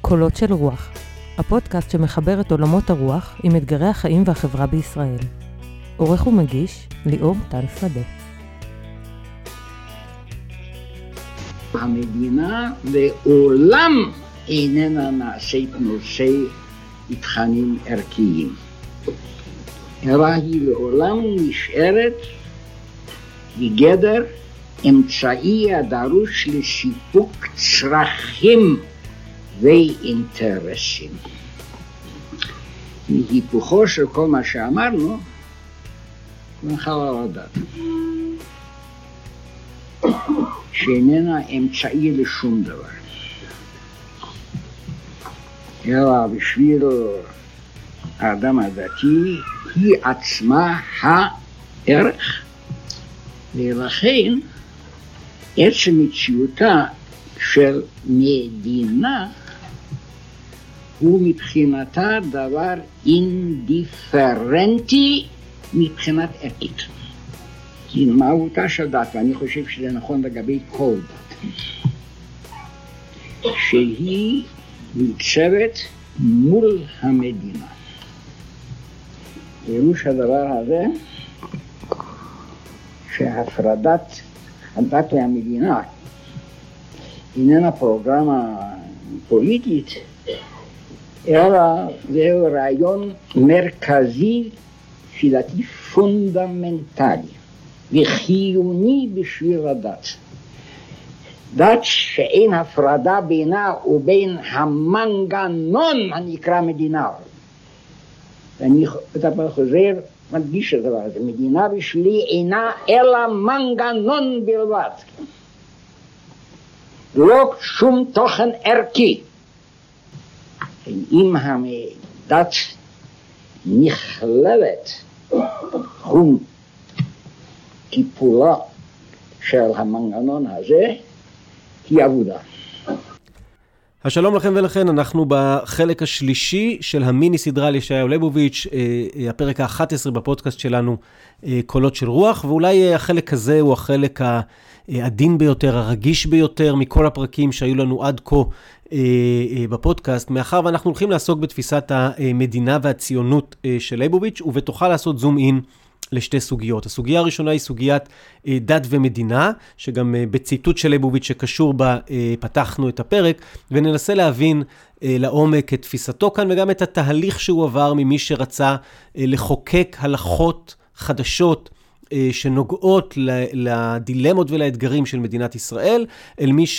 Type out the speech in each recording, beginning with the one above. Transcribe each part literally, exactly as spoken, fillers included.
קולות של רוח, הפודקאסט שמחבר את עולמות הרוח עם אתגרי החיים והחברה בישראל. עורך ומגיש, ליאור טל שדה. המדינה לעולם איננה נעשית נושא תכנים ערכיים, אלא היא לעולם נשארת בגדר אמצעי הדרוש לסיפוק צרכים ואינטרסים. מהיפוכו של כל מה שאמרנו, נוכל לדעת שאיננה אמצעי לשום דבר, אלא בשביל האדם הדתי היא עצמה הערך, ולכן עצם מציאותה של מדינה הוא מבחינתה דבר אינדיפרנטי מבחינת ערכית. כי מהותה של דת, ואני חושב שזה נכון לגבי כל דת, שהיא ניצבת מול המדינה. פירוש הדבר הזה שהפרדת הדת והמדינה איננה פרוגרמה פוליטית, אלא זהו רעיון מרכזי, תפילתי פונדמנטלי וחיוני בשביל הדת. דת שאין הפרדה בינה ובין המנגנון הנקרא מדינה. ואני חוזר, מדגיש את הדבר הזה, מדינה בשבילי אינה אלא מנגנון בלבד. לא שום תוכן ערכי. אם הדת נכללת תחום טיפולה של המנגנון הזה, היא עבודה. השלום לכם ולכן, אנחנו בחלק השלישי של המיני סדרה על ישעיהו ליבוביץ', הפרק ה-אחד עשר בפודקאסט שלנו, קולות של רוח, ואולי החלק הזה הוא החלק העדין ביותר, הרגיש ביותר מכל הפרקים שהיו לנו עד כה בפודקאסט, מאחר ואנחנו הולכים לעסוק בתפיסת המדינה והציונות של ליבוביץ', ובתוכה לעשות זום אין לשתי סוגיות. הסוגיה הראשונה היא סוגיית דת ומדינה, שגם בציטוט של ליבוביץ' שקשור בה פתחנו את הפרק, וננסה להבין לעומק את תפיסתו כאן, וגם את התהליך שהוא עבר ממי שרצה לחוקק הלכות חדשות שנוגעות לדילמות ולאתגרים של מדינת ישראל, אל מי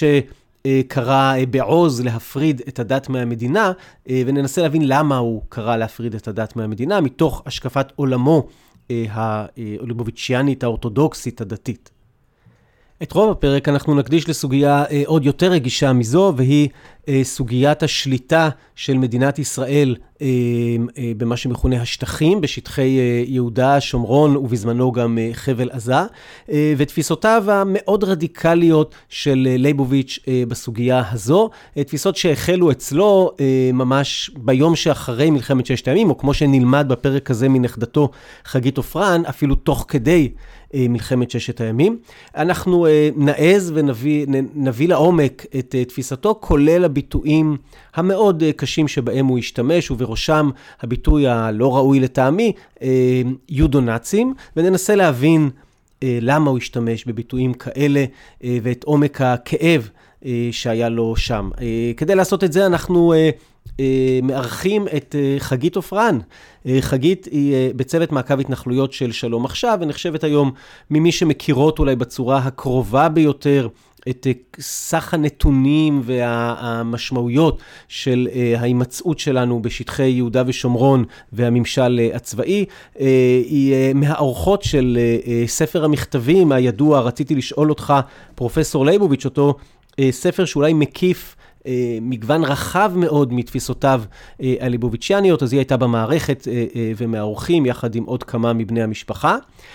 שקרא בעוז להפריד את הדת מהמדינה, וננסה להבין למה הוא קרא להפריד את הדת מהמדינה, מתוך השקפת עולמו הליבוביציאנית, האורתודוקסית, הדתית. את רוב הפרק אנחנו נקדיש לסוגיה עוד יותר רגישה מזו, והיא סוגיית השליטה של מדינת ישראל במה שמכונה השטחים, בשטחי יהודה, שומרון ובזמנו גם חבל עזה, ותפיסותיו המאוד רדיקליות של ליבוביץ' בסוגיה הזו, תפיסות שהחלו אצלו ממש ביום שאחרי מלחמת ששת הימים, או כמו שנלמד בפרק הזה מנכדתו חגית עופרן, אפילו תוך כדי מלחמת ששת הימים. אנחנו נעז ונביא נביא לעומק את תפיסתו, כולל הביטויים המאוד קשים שבהם הוא השתמש, ובראשם הביטוי הלא ראוי לטעמי, יודו-נאצים, וננסה להבין למה הוא השתמש בביטויים כאלה, ואת עומק הכאב שהיה לו שם. כדי לעשות את זה אנחנו מארחים את חגית עופרן. חגית היא בצוות מעקב התנחלויות של שלום עכשיו, ונחשבת היום ממי שמכירות אולי בצורה הקרובה ביותר את סך הנתונים והמשמעויות של ההימצאות שלנו בשטחי יהודה ושומרון והממשל הצבאי. היא מהאורחות של ספר המכתבים הידוע, רציתי לשאול אותך, פרופסור ליבוביץ', אותו ספר שאולי מקיף מגוון רחב מאוד מתפיסותיו הליבוביציאניות, אז היא הייתה במערכת ומאורחים יחד עם עוד כמה מבני המשפחה.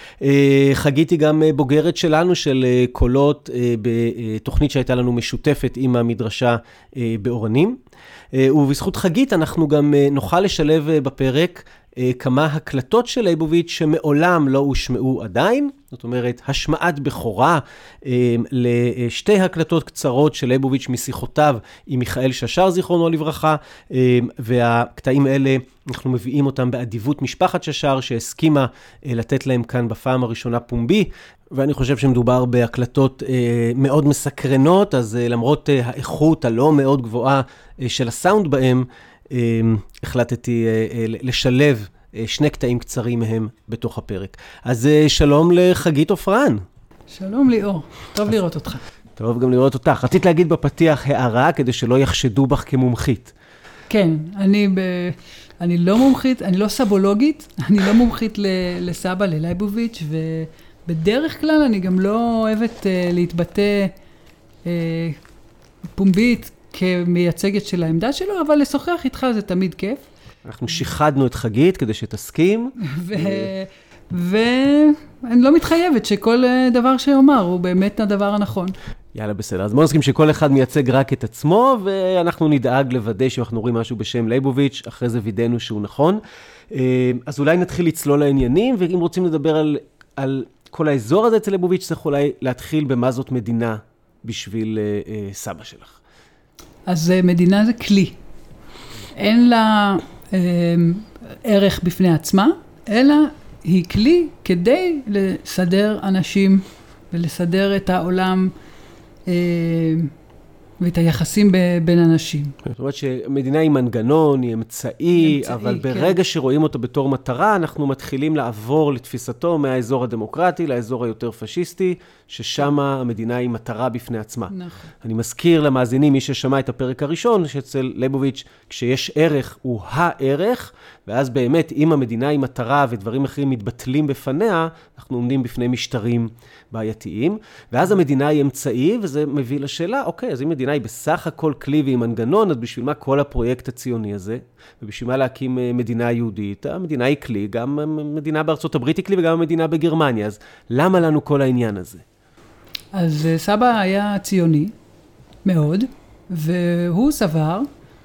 חגית היא גם בוגרת שלנו של קולות בתוכנית שהייתה לנו משותפת עם המדרשה באורנים, ובזכות חגית אנחנו גם נוכל לשלב בפרק כמה הקלטות של ליבוביץ' שמעולם לא הושמעו עדיין. זאת אומרת, השמעת בכורה אה, לשתי הקלטות קצרות של ליבוביץ' משיחותיו עם מיכאל ששר, זיכרונו לברכה, אה, והקטעים האלה, אנחנו מביאים אותם באדיבות משפחת ששר, שהסכימה אה, לתת להם כאן בפעם הראשונה פומבי, ואני חושב שמדובר בהקלטות אה, מאוד מסקרנות, אז אה, למרות אה, האיכות הלא מאוד גבוהה אה, של הסאונד בהם, אה, החלטתי אה, אה, לשלב שני קטעים קצרים מהם בתוך הפרק. אז שלום לחגית עופרן. שלום ליאור, טוב לראות אותך. טוב גם לראות אותך. רצית להגיד בפתיח הערה כדי שלא יחשדו בך כמומחית. כן, אני, ב... אני לא מומחית, אני לא סבולוגית, אני לא מומחית ל... לסבא, ללייבוביץ', ובדרך כלל אני גם לא אוהבת uh, להתבטא uh, פומבית כמייצגת של העמדה שלו, אבל לשוחח איתך זה תמיד כיף. אנחנו שיחדנו את חגית כדי שתסכים. ואני לא מתחייבת שכל דבר שאומר הוא באמת הדבר הנכון. יאללה, בסדר. אז בוא נסכים שכל אחד מייצג רק את עצמו, ואנחנו נדאג לוודא שאנחנו רואים משהו בשם ליבוביץ', אחרי זה וידאנו שהוא נכון. אז אולי נתחיל לצלול לעניינים, ואם רוצים לדבר על, על כל האזור הזה אצל ליבוביץ', צריך אולי להתחיל במה זאת מדינה בשביל סבא שלך. אז מדינה זה כלי. אין לה ערך בפני עצמה, אלא היא כלי כדי לסדר אנשים ולסדר את העולם ואת היחסים בין אנשים. זאת אומרת שמדינה היא מנגנון, היא אמצעי, אבל ברגע שרואים אותו בתור מטרה, אנחנו מתחילים לעבור לתפיסתו מהאזור הדמוקרטי לאזור היותר פשיסטי, ששם המדינה היא מטרה בפני עצמה. נכון. אני מזכיר למאזינים, מי ששמע את הפרק הראשון, שאצל ליבוביץ' כשיש ערך הוא הערך, ואז באמת אם המדינה היא מטרה ודברים אחרים מתבטלים בפניה, אנחנו עומדים בפני משטרים בעייתיים, ואז המדינה היא אמצעי, וזה מביא לשאלה, אוקיי, אז אם מדינה היא בסך הכל כלי והיא מנגנון, אז בשביל מה כל הפרויקט הציוני הזה? ובשביל מה להקים מדינה יהודית? המדינה היא כלי, גם מדינה בארצות הברית היא כלי וגם המדינה בגרמניה, אז למה לנו כל העניין הזה? אז סבא היה ציוני מאוד, והוא סבר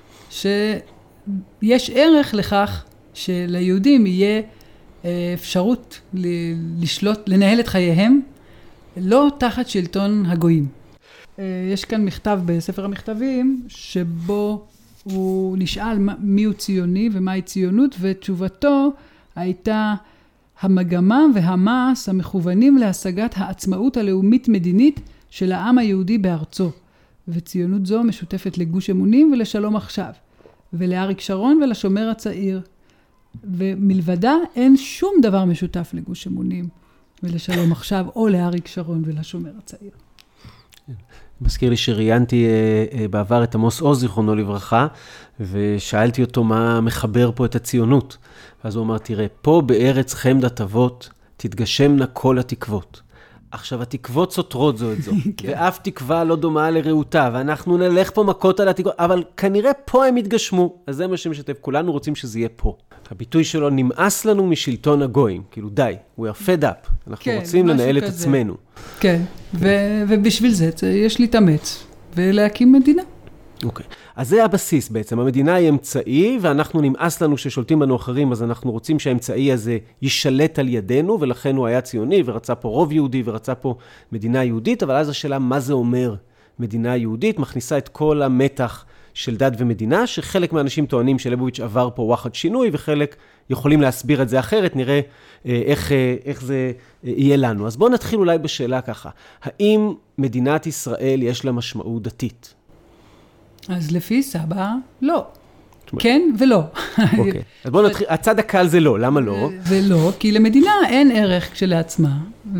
שיש ערך לכך שליהודים יהיה אפשרות לשלוט, לנהל את חייהם, לא תחת שלטון הגויים. יש כאן מכתב בספר המכתבים, שבו הוא נשאל מי הוא ציוני ומהי ציונות, ותשובתו הייתה המגמה והמעש המכוונים להשגת העצמאות הלאומית מדינית של העם היהודי בארצו. וציונות זו משותפת לגוש אמונים ולשלום עכשיו, ולאריק שרון ולשומר הצעיר. ומלבדה אין שום דבר משותף לגוש אמונים ולשלום עכשיו, או לאריק שרון ולשומר הצעיר. מזכיר לי שראיינתי בעבר את עמוס עוז, זיכרונו לברכה, ושאלתי אותו מה מחבר פה את הציונות. אז הוא אמר, תראה, פה בארץ חמדת אבות תתגשמנה כל התקוות. עכשיו, התקוות סותרות זו את זו, ואף תקווה לא דומה לרעותה, ואנחנו נלך פה מכות על התקוות, אבל כנראה פה הם יתגשמו. אז זה מה שמשתף, כולנו רוצים שזה יהיה פה. הביטוי שלו נמאס לנו משלטון הגויים, כאילו די, we are fed up, אנחנו כן, רוצים לנהל את כזה. עצמנו. כן, ו- ובשביל זה יש להתאמץ ולהקים מדינה. אוקיי, אז זה הבסיס בעצם, המדינה היא אמצעי, ואנחנו נמאס לנו ששולטים בנו אחרים, אז אנחנו רוצים שהאמצעי הזה יישלט על ידינו, ולכן הוא היה ציוני, ורצה פה רוב יהודי, ורצה פה מדינה יהודית, אבל אז השאלה מה זה אומר מדינה יהודית, מכניסה את כל המתח של דת ומדינה, שחלק מהאנשים טוענים שליבוביץ' עבר פה וואחד שינוי, וחלק יכולים להסביר את זה אחרת, נראה איך, איך זה יהיה לנו. אז בואו נתחיל אולי בשאלה ככה, האם מדינת ישראל יש לה משמעות דתית? אז לפי סבא, לא. כן ולא. אוקיי, אז בואו נתחיל, הצד הקל זה לא, למה לא? ולא, כי למדינה אין ערך כשלעצמה,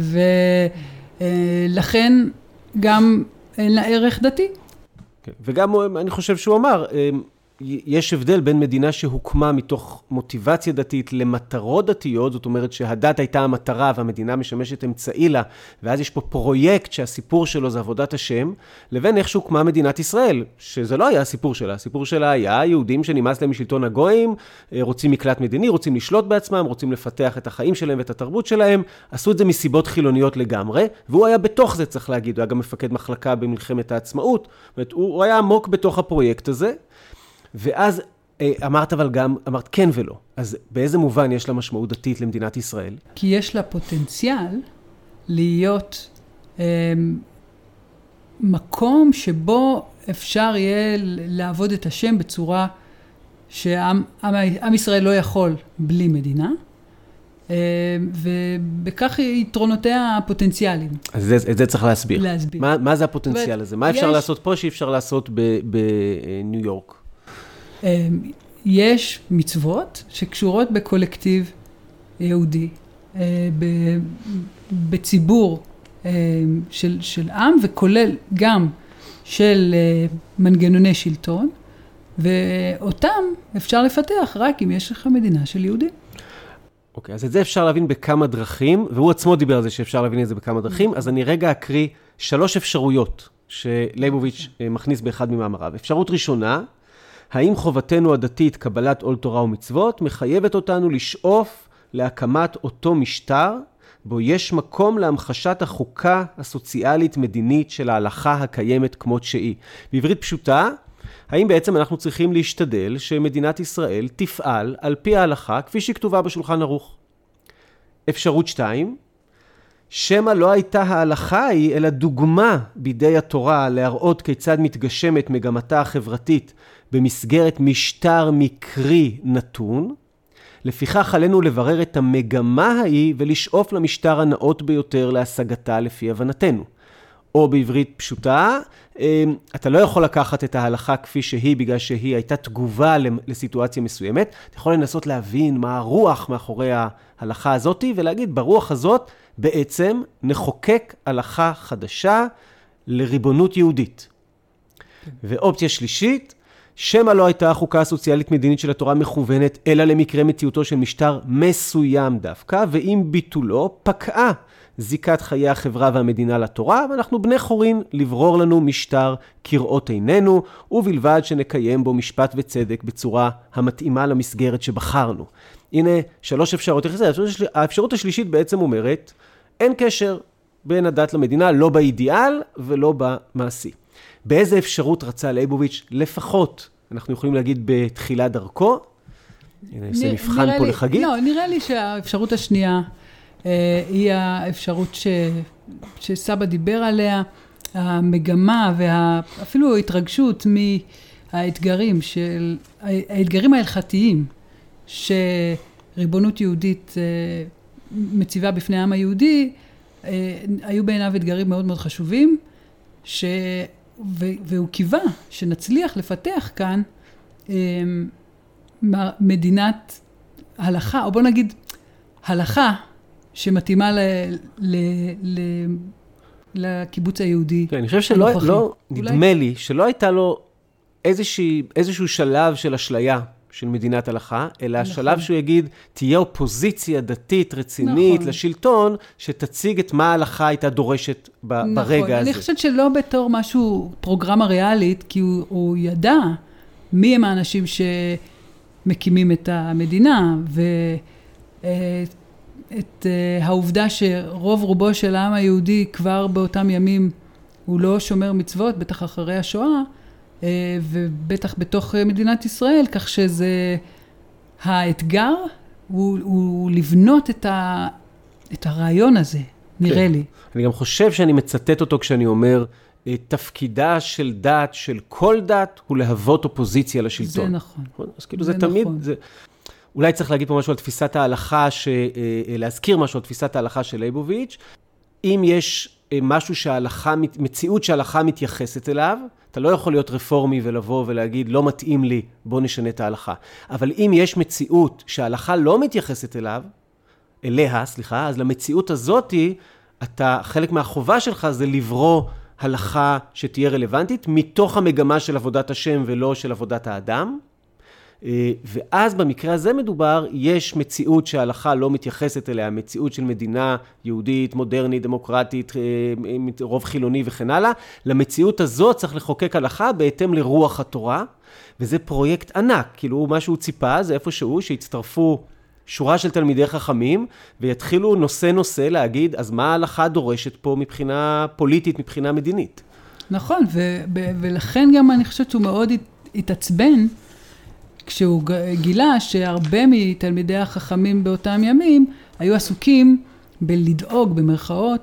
ולכן גם אין לה ערך דתי. וגם אני חושב שהוא אמר, יש הבדל בין מדינה שהוקמה מתוך מוטיבציה דתית למטרות דתיות, זאת אומרת שהדת הייתה המטרה והמדינה משמשת אמצעי לה, ואז יש פה פרויקט שהסיפור שלו זה עבודת השם, לבין איך שהוקמה מדינת ישראל, שזה לא היה הסיפור שלה, הסיפור שלה היה יהודים שנמאס להם משלטון הגויים, רוצים מקלט מדיני, רוצים לשלוט בעצמם, רוצים לפתח את החיים שלהם ואת התרבות שלהם, עשו את זה מסיבות חילוניות לגמרי, והוא היה בתוך זה, צריך להגיד, הוא היה גם מפקד מחלקה במלחמת העצמאות, זאת אומרת, הוא היה עמוק בתוך הפרויקט הזה, ואז אמרת אבל גם, אמרת כן ולא. אז באיזה מובן יש לה משמעות דתית למדינת ישראל? כי יש לה פוטנציאל להיות מקום שבו אפשר יהיה לעבוד את השם בצורה שעם עם, עם ישראל לא יכול בלי מדינה, ובכך יתרונותיה הפוטנציאליים. אז זה, את זה צריך להסביר. להסביר. מה, מה זה הפוטנציאל הזה? מה אפשר יש... לעשות פה שאי אפשר לעשות בניו יורק? יש מצוות שקשורות בקולקטיב יהודי, בציבור של, של עם, וכולל גם של מנגנוני שלטון, ואותם אפשר לפתח רק אם יש לך מדינה של יהודים. אוקיי, אז את זה אפשר להבין בכמה דרכים, והוא עצמו דיבר על זה שאפשר להבין את זה בכמה דרכים, אז אני רגע אקריא שלוש אפשרויות שלייבוביץ' מכניס באחד ממאמריו. אפשרות ראשונה, האם חובתנו הדתית קבלת עול תורה ומצוות מחייבת אותנו לשאוף להקמת אותו משטר, בו יש מקום להמחשת החוקה הסוציאלית-מדינית של ההלכה הקיימת כמות שהיא. בעברית פשוטה, האם בעצם אנחנו צריכים להשתדל שמדינת ישראל תפעל על פי ההלכה כפי שהיא כתובה בשולחן ערוך? אפשרות שתיים, שמה לא הייתה ההלכה היא, אלא דוגמה בידי התורה להראות כיצד מתגשמת מגמתה החברתית במסגרת משטר מקרי נתון, לפיכך עלינו לברר את המגמה ההיא ולשאוף למשטר הנאות ביותר להשגתה לפי הבנתנו. או בעברית פשוטה, אתה לא יכול לקחת את ההלכה כפי שהיא בגלל שהיא הייתה תגובה לסיטואציה מסוימת. אתה יכול לנסות להבין מה הרוח מאחורי ההלכה הזאת ולהגיד ברוח הזאת בעצם נחוקק הלכה חדשה לריבונות יהודית. ואופציה שלישית, שמה לא הייתה החוקה הסוציאלית מדינית של התורה מכוונת, אלא למקרה מציאותו של משטר מסוים דווקא, ועם ביטולו פקעה זיקת חיי החברה והמדינה לתורה, ואנחנו בני חורין לברור לנו משטר כראות עינינו, ובלבד שנקיים בו משפט וצדק בצורה המתאימה למסגרת שבחרנו. הנה שלוש אפשרות. האפשרות השלישית בעצם אומרת, אין קשר בין הדת למדינה, לא באידיאל ולא במעשי. באיזה אפשרות רצה לייבוביץ' לפחות, אנחנו יכולים להגיד בתחילת דרכו, זה מבחן פה לחגית. לא, נראה לי שהאפשרות השנייה אה, היא האפשרות ש, שסבא דיבר עליה, המגמה ואפילו ההתרגשות מהאתגרים של, האתגרים ההלכתיים שריבונות יהודית אה, מציבה בפני העם היהודי, אה, היו בעיניו אתגרים מאוד מאוד חשובים, ש... והוא קיווה שנצליח לפתח כאן מדינת הלכה, או בוא נגיד הלכה שמתאימה ל, ל, ל, לקיבוץ היהודי. כן, אני חושב שלא, לא, נדמה לי שלא הייתה לו איזשהו, איזשהו שלב של אשליה של מדינת הלכה, אלא נכון. שלב שהוא יגיד, תהיה אופוזיציה דתית רצינית נכון. לשלטון, שתציג את מה ההלכה הייתה דורשת ב- נכון. ברגע הזה. אני חושבת שלא בתור משהו, פרוגרמה ריאלית, כי הוא, הוא ידע מי הם האנשים שמקימים את המדינה, ואת העובדה שרוב רובו של העם היהודי כבר באותם ימים הוא לא שומר מצוות, בטח אחרי השואה, ובטח בתוך מדינת ישראל, כך שזה, האתגר הוא, הוא לבנות את, ה, את הרעיון הזה, נראה כן. לי. אני גם חושב שאני מצטט אותו כשאני אומר, תפקידה של דת, של כל דת, הוא להוות אופוזיציה לשלטון. זה נכון. אז כאילו זה, זה תמיד, נכון. זה, אולי צריך להגיד פה משהו על תפיסת ההלכה, ש, להזכיר משהו על תפיסת ההלכה של לייבוביץ'. אם יש משהו שההלכה, מציאות שההלכה מתייחסת אליו, אתה לא יכול להיות רפורמי ולבוא ולהגיד, לא מתאים לי, בוא נשנה את ההלכה. אבל אם יש מציאות שההלכה לא מתייחסת אליו, אליה, סליחה, אז למציאות הזאת, אתה, חלק מהחובה שלך זה לברוא הלכה שתהיה רלוונטית, מתוך המגמה של עבודת השם ולא של עבודת האדם. ואז במקרה הזה מדובר, יש מציאות שההלכה לא מתייחסת אליה, מציאות של מדינה יהודית, מודרנית, דמוקרטית, רוב חילוני וכן הלאה. למציאות הזאת צריך לחוקק הלכה בהתאם לרוח התורה, וזה פרויקט ענק, כאילו מה שהוא ציפה זה איפשהו שהצטרפו שורה של תלמידי חכמים, ויתחילו נושא נושא להגיד, אז מה ההלכה דורשת פה מבחינה פוליטית, מבחינה מדינית? נכון, ו- ו- ולכן גם אני חושבת שהוא מאוד התעצבן, כשהוא גילה שהרבה מתלמידי החכמים באותם ימים היו עסוקים בלדאוג במרכאות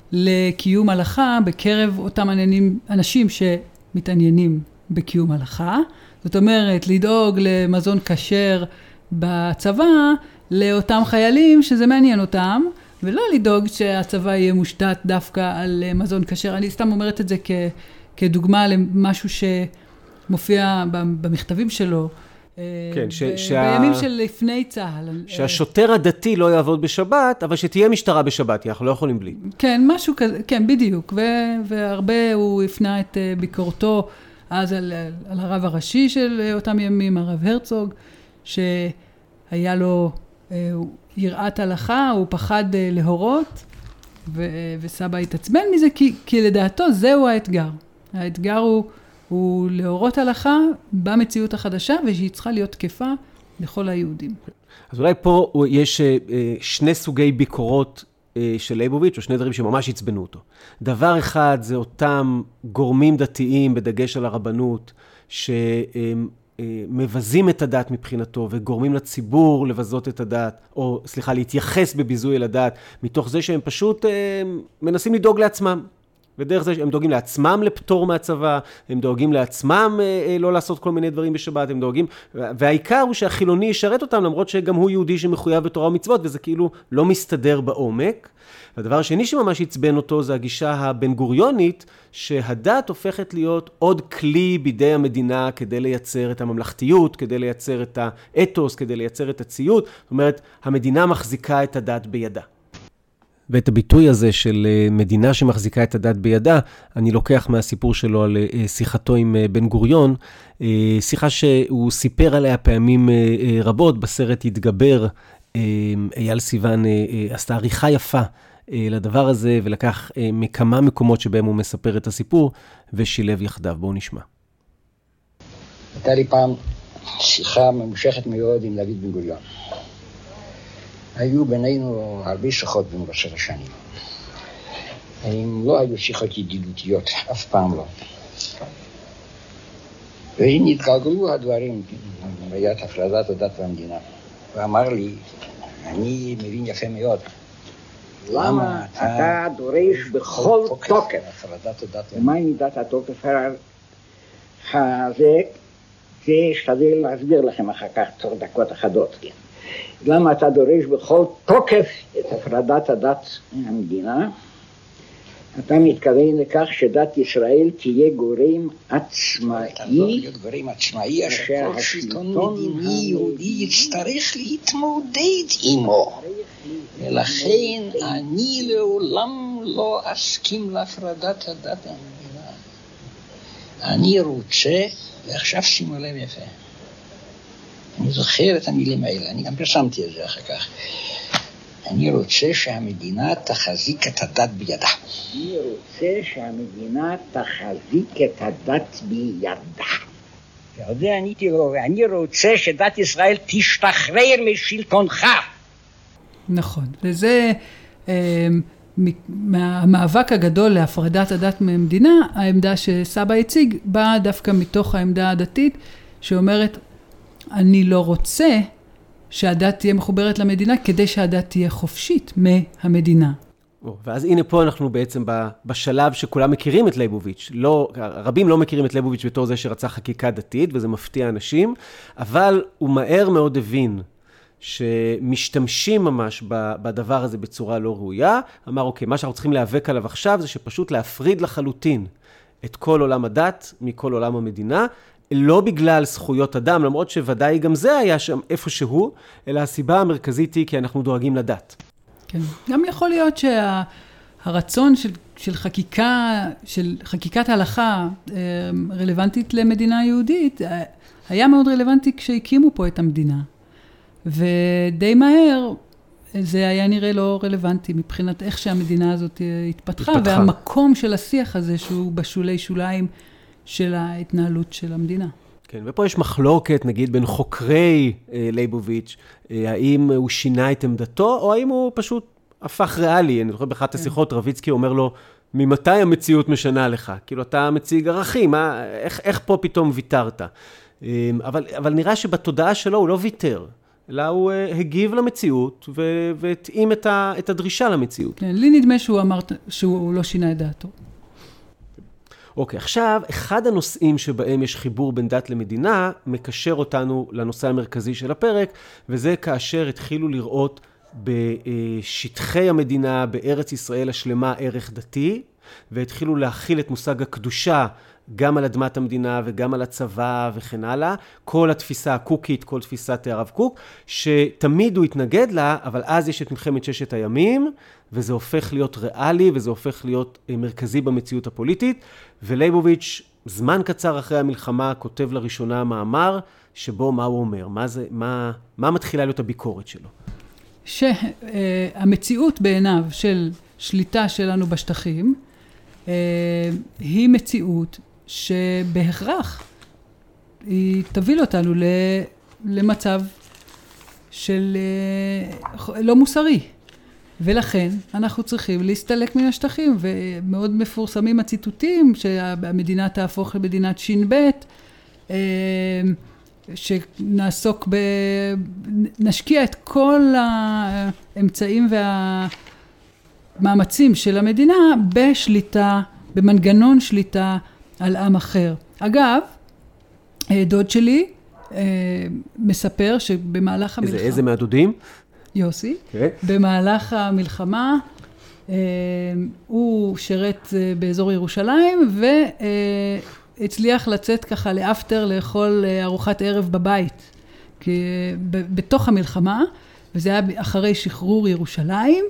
לקיום הלכה בקרב אותם אנשים שמתעניינים בקיום הלכה. זאת אומרת, לדאוג למזון כשר בצבא לאותם חיילים שזה מעניין אותם, ולא לדאוג שהצבא יהיה מושתת דווקא על מזון כשר. אני סתם אומרת את זה כ, כדוגמה למשהו שמופיע במכתבים שלו, כן, ש, ב, שה... בימים של לפני צה"ל. שהשוטר הדתי לא יעבוד בשבת, אבל שתהיה משטרה בשבת, אנחנו לא יכולים בלי. כן, משהו כזה, כן, בדיוק. ו, והרבה הוא הפנה את ביקורתו אז על, על הרב הראשי של אותם ימים, הרב הרצוג, שהיה לו יראת הלכה, הוא פחד להורות, ו, וסבא התעצבן מזה, כי, כי לדעתו זהו האתגר. האתגר הוא, הוא להורות הלכה במציאות החדשה, ושהיא צריכה להיות תקפה לכל היהודים. אז אולי פה יש שני סוגי ביקורות של ליבוביץ', או שני דברים שממש הצבנו אותו. דבר אחד זה אותם גורמים דתיים, בדגש על הרבנות, שמבזים את הדת מבחינתו, וגורמים לציבור לבזות את הדת, או סליחה, להתייחס בביזוי אל הדת, מתוך זה שהם פשוט מנסים לדאוג לעצמם. ודרך זה הם דואגים לעצמם לפטור מהצבא, הם דואגים לעצמם לא לעשות כל מיני דברים בשבת, הם דואגים, והעיקר הוא שהחילוני ישרת אותם, למרות שגם הוא יהודי שמחויב בתורה ומצוות, וזה כאילו לא מסתדר בעומק. והדבר השני שממש יצבן אותו זה הגישה הבן גוריונית, שהדת הופכת להיות עוד כלי בידי המדינה כדי לייצר את הממלכתיות, כדי לייצר את האתוס, כדי לייצר את הציות. זאת אומרת, המדינה מחזיקה את הדת בידה. ואת הביטוי הזה של מדינה שמחזיקה את הדת בידה, אני לוקח מהסיפור שלו על שיחתו עם בן גוריון, שיחה שהוא סיפר עליה פעמים רבות, בסרט התגבר, אייל סיוון עשתה עריכה יפה לדבר הזה, ולקח מכמה מקומות שבהם הוא מספר את הסיפור, ושילב יחדיו. בואו נשמע. הייתה לי פעם שיחה ממושכת מאוד עם דוד בן גוריון. היו בינינו הרבה שיחות במשך השנים. הם לא היו שיחות ידידותיות, אף פעם לא. והם התגלגלו הדברים, בעיית הפרדת הדת והמדינה. ואמר לי, אני מבין יפה מאוד. למה אתה דורש בכל תוקף? הפרדת הדת. ומהי מידת התוקף הזה? זה אשתדל להסביר לכם אחר כך תוך דקות אחדות, כן. למה אתה דורש בכל תוקף את הפרדת הדת מהמדינה? אתה מתכוון לכך שדת ישראל תהיה גורם עצמאי. אתה לא להיות גורם עצמאי, אשר כל שלטון מדיני יהודי יצטרך להתמודד עמו. ולכן אני לעולם לא אסכים להפרדת הדת מהמדינה. אני רוצה, ועכשיו שימו לב יפה. אני זוכר את המילים האלה, אני גם פרסמתי את זה אחר כך. אני רוצה שהמדינה תחזיק את הדת בידה. אני רוצה שהמדינה תחזיק את הדת בידה. ועוד זה עניתי לו, ואני רוצה שדת ישראל תשתחרר משלטונך. נכון, וזה אה, מהמאבק הגדול להפרדת הדת ממדינה, העמדה שסבא הציג באה דווקא מתוך העמדה הדתית, שאומרת, אני לא רוצה שהדת תהיה מחוברת למדינה, כדי שהדת תהיה חופשית מהמדינה. ואז הנה פה אנחנו בעצם בשלב שכולם מכירים את ליבוביץ'. לא, רבים לא מכירים את ליבוביץ' בתור זה שרצה חקיקה דתית, וזה מפתיע אנשים, אבל הוא מהר מאוד הבין שמשתמשים ממש בדבר הזה בצורה לא ראויה. אמר, אוקיי, מה שאנחנו צריכים להיאבק עליו עכשיו זה שפשוט להפריד לחלוטין את כל עולם הדת מכל עולם המדינה, לא בגלל זכויות אדם, למרות שוודאי גם זה היה שם איפשהו, אלא הסיבה המרכזית היא כי אנחנו דואגים לדת. כן. גם יכול להיות שהרצון של, של חקיקה, של חקיקת ההלכה רלוונטית למדינה יהודית, היה מאוד רלוונטי כשהקימו פה את המדינה. ודי מהר זה היה נראה לא רלוונטי מבחינת איך שהמדינה הזאת התפתחה, התפתחה. והמקום של השיח הזה שהוא בשולי שוליים של ההתנהלות של המדינה. כן, ופה יש מחלוקת, נגיד, בין חוקרי אה, ליבוביץ', אה, האם הוא שינה את עמדתו, או האם הוא פשוט הפך ריאלי. אני זוכר באחת השיחות, רביצקי אומר לו, ממתי המציאות משנה לך? כאילו, אתה מציג ערכים, מה, איך, איך פה פתאום ויתרת? אה, אבל, אבל נראה שבתודעה שלו הוא לא ויתר. אלא הוא הגיב למציאות והתאים את, את הדרישה למציאות. כן, לי נדמה שהוא אמר שהוא לא שינה את דעתו. אוקיי, עכשיו, אחד הנושאים שבהם יש חיבור בין דת למדינה, מקשר אותנו לנושא המרכזי של הפרק, וזה כאשר התחילו לראות בשטחי המדינה, בארץ ישראל השלמה, ערך דתי, והתחילו להכיל את מושג הקדושה, גם על אדמת המדינה וגם על הצבא וכן הלאה, כל התפיסה הקוקית, כל תפיסת הרב קוק, שתמיד הוא התנגד לה, אבל אז יש את מלחמת ששת הימים, וזה הופך להיות ריאלי, וזה הופך להיות מרכזי במציאות הפוליטית, ולייבוביץ' זמן קצר אחרי המלחמה כותב לראשונה מאמר, שבו מה הוא אומר, מה, זה, מה, מה מתחילה להיות הביקורת שלו? שהמציאות בעיניו של שליטה שלנו בשטחים, היא מציאות שבהכרח היא תביא אותנו למצב של לא מוסרי. ולכן אנחנו צריכים להסתלק מן השטחים, ומאוד מפורסמים הציטוטים שהמדינה תהפוך למדינת שין בית, שנעסוק ב... נשקיע את כל האמצעים והמאמצים של המדינה בשליטה, במנגנון שליטה על עם אחר. אגב, דוד שלי מספר שבמהלך המלחמה... איזה, איזה מהדודים? יוסי. Okay. במהלך המלחמה הוא שרת באזור ירושלים, והצליח לצאת ככה לאפטר לאכול ארוחת ערב בבית, בתוך המלחמה, וזה היה אחרי שחרור ירושלים,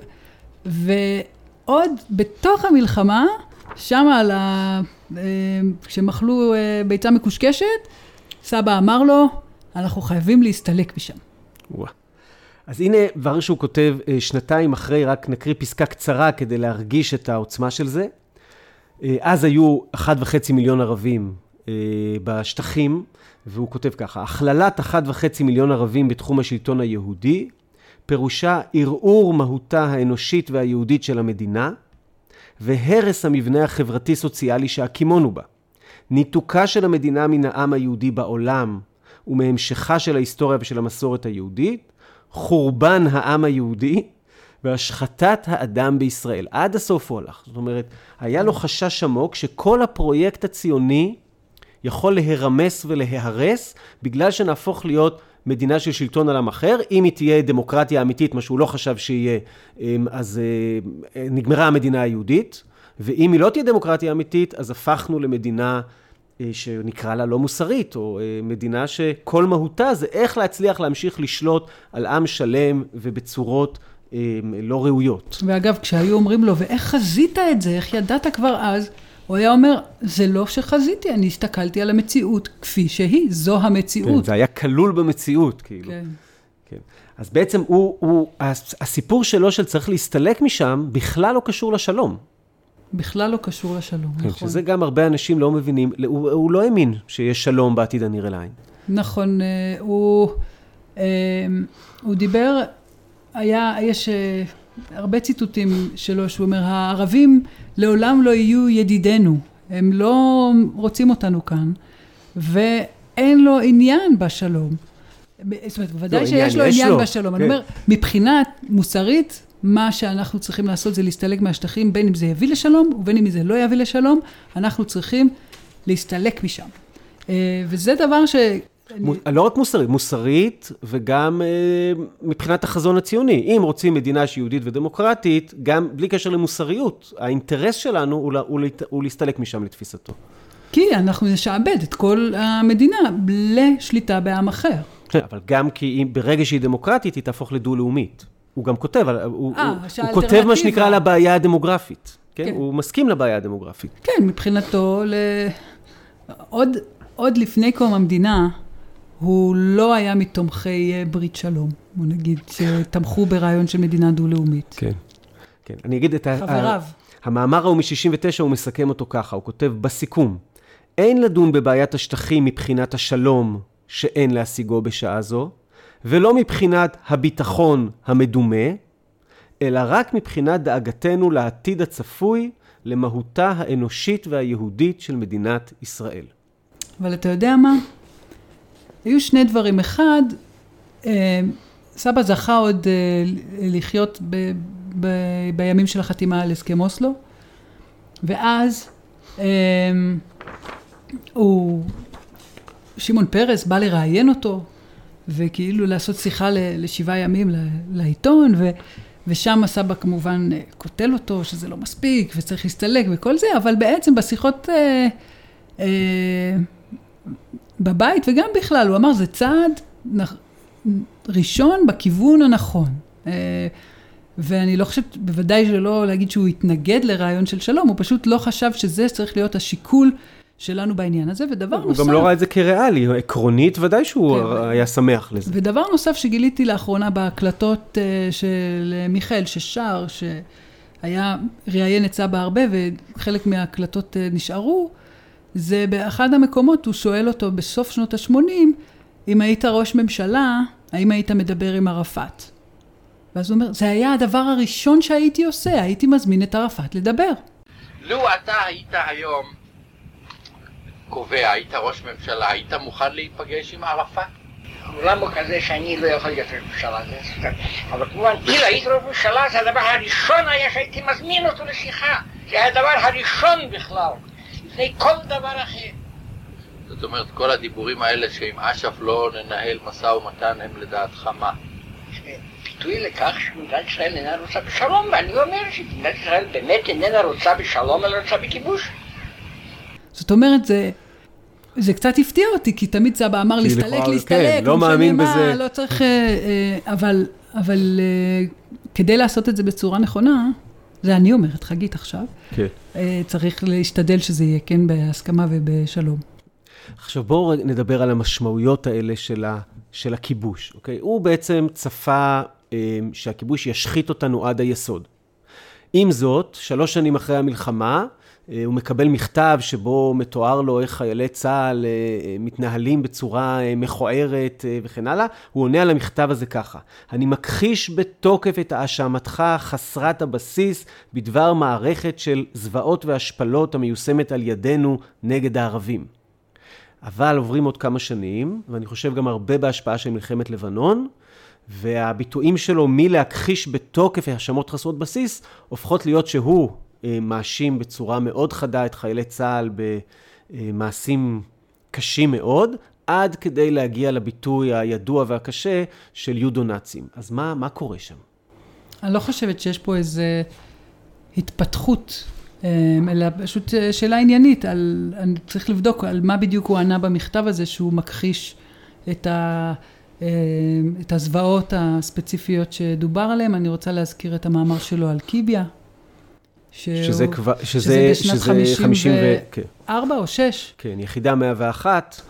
ועוד בתוך המלחמה, שם על ה... כשמחלו ביצה מקושקשת, סבא אמר לו, אנחנו חייבים להסתלק משם. וואו. אז הנה דבר שהוא כותב שנתיים אחרי, רק נקריא פסקה קצרה כדי להרגיש את העוצמה של זה. אז היו אחד וחצי מיליון ערבים בשטחים, והוא כותב ככה, הכללת אחד וחצי מיליון ערבים בתחום השלטון היהודי, פירושה ערעור מהותה האנושית והיהודית של המדינה, והרס המבנה החברתי-סוציאלי שהקימונו בה. ניתוקה של המדינה מן העם היהודי בעולם, ומהמשכה של ההיסטוריה ושל המסורת היהודית, חורבן העם היהודי, והשחטת האדם בישראל. עד הסוף הוא הלך. זאת אומרת, היה לו חשש עמוק שכל הפרויקט הציוני יכול להירמס ולהיהרס, בגלל שנהפוך להיות מדינה של שלטון על עם אחר. אם היא תהיה דמוקרטיה אמיתית, מה שהוא לא חשב שיהיה, אז נגמרה המדינה היהודית. ואם היא לא תהיה דמוקרטיה אמיתית, אז הפכנו למדינה שנקרא לה לא מוסרית, או מדינה שכל מהותה זה איך להצליח להמשיך לשלוט על עם שלם ובצורות לא ראויות. ואגב, כשהיו אומרים לו, ואיך חזית את זה, איך ידעת כבר אז, הוא היה אומר, זה לא שחזיתי, אני הסתכלתי על המציאות כפי שהיא, זו המציאות. כן, זה היה כלול במציאות, כאילו. כן. כן. אז בעצם הוא, הוא, הסיפור שלו של צריך להסתלק משם, בכלל לא קשור לשלום. בכלל לא קשור לשלום, כן, נכון. שזה גם הרבה אנשים לא מבינים, הוא, הוא לא האמין שיש שלום בעתיד הנראה לעין. נכון, הוא, הוא דיבר, היה, יש הרבה ציטוטים שלו, שהוא אומר, הערבים לעולם לא יהיו ידידינו, הם לא רוצים אותנו כאן, ואין לו עניין בשלום. זאת אומרת, בוודאי שיש לו עניין בשלום. אני אומר, מבחינת מוסרית, מה שאנחנו צריכים לעשות זה להסתלק מהשטחים, בין אם זה יביא לשלום, ובין אם זה לא יביא לשלום, אנחנו צריכים להסתלק משם. וזה דבר ש... לא רק מוסרית, מוסרית וגם מבחינת החזון הציוני. אם רוצים מדינה שיהודית ודמוקרטית, גם בלי קשר למוסריות, האינטרס שלנו הוא, הוא, הוא להסתלק משם לתפיסתו. כי אנחנו נשעבד את כל המדינה לשליטה בעם אחר. אבל גם כי ברגע שהיא דמוקרטית, היא תהפוך לדו-לאומית. הוא גם כותב, הוא, 아, הוא, הוא כותב מה שנקרא לבעיה הדמוגרפית. כן? כן. הוא מסכים לבעיה הדמוגרפית. כן, מבחינתו, ל... עוד, עוד לפני קום המדינה, הוא לא היה מתומכי ברית שלום. הוא נגיד שתמכו ברעיון של מדינה דו-לאומית. כן, כן. אני אגיד את חבריו. המאמר הוא מ-שישים ותשע, הוא מסכם אותו ככה, הוא כותב בסיכום, אין לדון בבעיית השטחים מבחינת השלום שאין להשיגו בשעה זו, ולא מבחינת הביטחון המדומה, אלא רק מבחינת דאגתנו לעתיד הצפוי למהותה האנושית והיהודית של מדינת ישראל. אבל אתה יודע מה? היו שני דברים. אחד, סבא זכה עוד לחיות ב, ב, בימים של החתימה על הסכם אוסלו, ואז הוא, שמעון פרס בא לראיין אותו, וכאילו לעשות שיחה לשבעה ימים לעיתון, ו, ושם הסבא כמובן כותל אותו, שזה לא מספיק, וצריך להסתלק וכל זה, אבל בעצם בשיחות אה, אה, בבית, וגם בכלל, הוא אמר, זה צעד ראשון בכיוון הנכון. אה, ואני לא חושבת, בוודאי שלא להגיד שהוא התנגד לרעיון של שלום, הוא פשוט לא חשב שזה צריך להיות השיקול שלנו בעניין הזה, ודבר הוא נוסף... הוא גם לא ראה את זה כריאלי, עקרונית ודאי שהוא כן, היה שמח לזה. ודבר נוסף שגיליתי לאחרונה בהקלטות uh, של מיכאל, ששר, שהיה ראיין את סבא הרבה, וחלק מההקלטות uh, נשארו, זה באחד המקומות, הוא שואל אותו בסוף שנות ה-שמונים, אם היית ראש ממשלה, האם היית מדבר עם ערפאת? ואז הוא אומר, זה היה הדבר הראשון שהייתי עושה, הייתי מזמין את ערפאת לדבר. לו אתה היית היום קובע, היית ראש ממשלה, היית מוכן להיפגש עם ערפאת? העולם הוא כזה שאני לא יכול להיות ראש ממשלה, אבל כמובן, אילו היית ראש ממשלה, זה הדבר הראשון היה שהייתי מזמין אותו לשיחה. זה היה הדבר הראשון בכלל, לפני כל דבר אחר. זאת אומרת, כל הדיבורים האלה שעם אש"ף לא ננהל משא ומתן הם לדעתך מה? ביטוי לכך שמדינת ישראל איננה רוצה בשלום, ואני אומר שמדינת ישראל באמת איננה רוצה בשלום, אלא רוצה בכיבוש. זאת אומרת, זה, זה קצת הפתיע אותי, כי תמיד סבא אמר להסתלק, להסתלק, כן, לא מאמין מה, בזה. לא צריך, אבל, אבל כדי לעשות את זה בצורה נכונה, זה אני אומרת, חגית עכשיו, כן. צריך להשתדל שזה יהיה כן בהסכמה ובשלום. עכשיו בואו נדבר על המשמעויות האלה של, ה, של הכיבוש. אוקיי? הוא בעצם צפה אה, שהכיבוש ישחית אותנו עד היסוד. עם זאת, שלוש שנים אחרי המלחמה, אה, הוא מקבל מכתב שבו מתואר לו איך חיילי צה"ל אה, מתנהלים בצורה אה, מכוערת אה, וכן הלאה. הוא עונה על המכתב הזה ככה: אני מכחיש בתוקף את האשמתך חסרת הבסיס בדבר מערכת של זוועות והשפלות המיושמת על ידינו נגד הערבים. אבל עוברים עוד כמה שנים, ואני חושב גם הרבה בהשפעה של מלחמת לבנון, והביטויים שלו מלהכחיש בתוקף האשמות חסרות בסיס, הופכות להיות שהוא אה, מאשים בצורה מאוד חדה את חיילי צה"ל במעשים קשים מאוד, עד כדי להגיע לביטוי הידוע והקשה של יודו-נאצים. אז מה, מה קורה שם? אני לא חושבת שיש פה איזה התפתחות, אלא פשוט שאלה עניינית, על, אני צריך לבדוק על מה בדיוק הוא ענה במכתב הזה, שהוא מכחיש את, ה, את הזוועות הספציפיות שדובר עליהן. אני רוצה להזכיר את המאמר שלו על קיביה, שזה, כבר, שזה, שזה בשנת שזה חמישים וארבע ו... או שש. כן, יחידה מאה ואחת.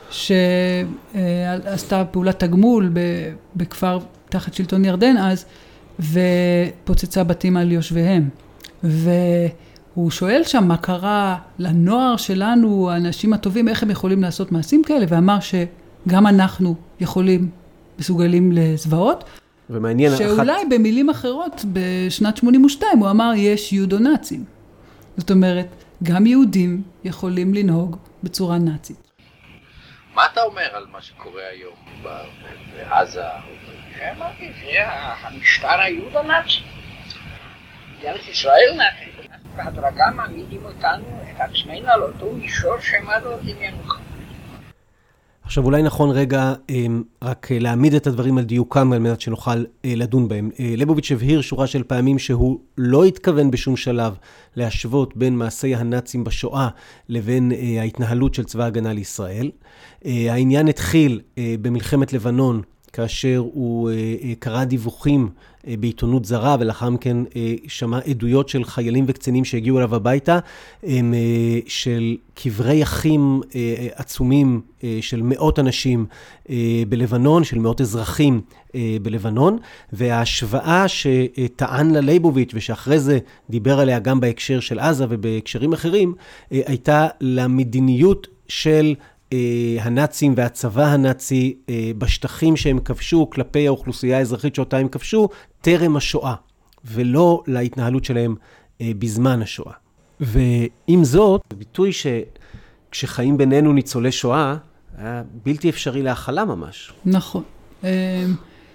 שעשתה פעולת תגמול בכפר תחת שלטון ירדן אז, ופוצצה בתים על יושביהם. והוא שואל שם מה קרה לנוער שלנו, האנשים הטובים, איך הם יכולים לעשות מעשים כאלה, ואמר שגם אנחנו יכולים, מסוגלים לזוועות. ומעניין, שאולי אחת... במילים אחרות, בשנת שמונים ושתיים, הוא אמר, יש יודו-נאצים. זאת אומרת, גם יהודים יכולים לנהוג בצורה נאצית. מה אתה אומר על מה שקורה היום בעזה? אמרתי, זה המשטר היודו-נאצי. מדינת ישראל נאצי. בהדרגה מעמידים אותנו, את עצמנו על אותו מישור שעמד עוד דמיינוך. עכשיו אולי נכון רגע רק להעמיד את הדברים על דיוקם על מנת שנוכל לדון בהם. ליבוביץ' הבהיר שורה של פעמים שהוא לא התכוון בשום שלב להשוות בין מעשי הנאצים בשואה לבין ההתנהלות של צבא ההגנה לישראל. העניין התחיל במלחמת לבנון כאשר הוא קרא דיווחים בעיתונות זרה, ולאחר מכן שמע עדויות של חיילים וקצינים שהגיעו אליו הביתה, של קברי אחים עצומים של מאות אנשים בלבנון, של מאות אזרחים בלבנון, וההשוואה שטען לה ליבוביץ' ושאחרי זה דיבר עליה גם בהקשר של עזה ובהקשרים אחרים, הייתה למדיניות של הנאצים והצבא הנאצי בשטחים שהם כבשו כלפי האוכלוסייה האזרחית שאותה הם כבשו טרם השואה, ולא להתנהלות שלהם בזמן השואה. ועם זאת, ביטוי שכשחיים בינינו ניצולי שואה, היה בלתי אפשרי להכלה ממש. נכון.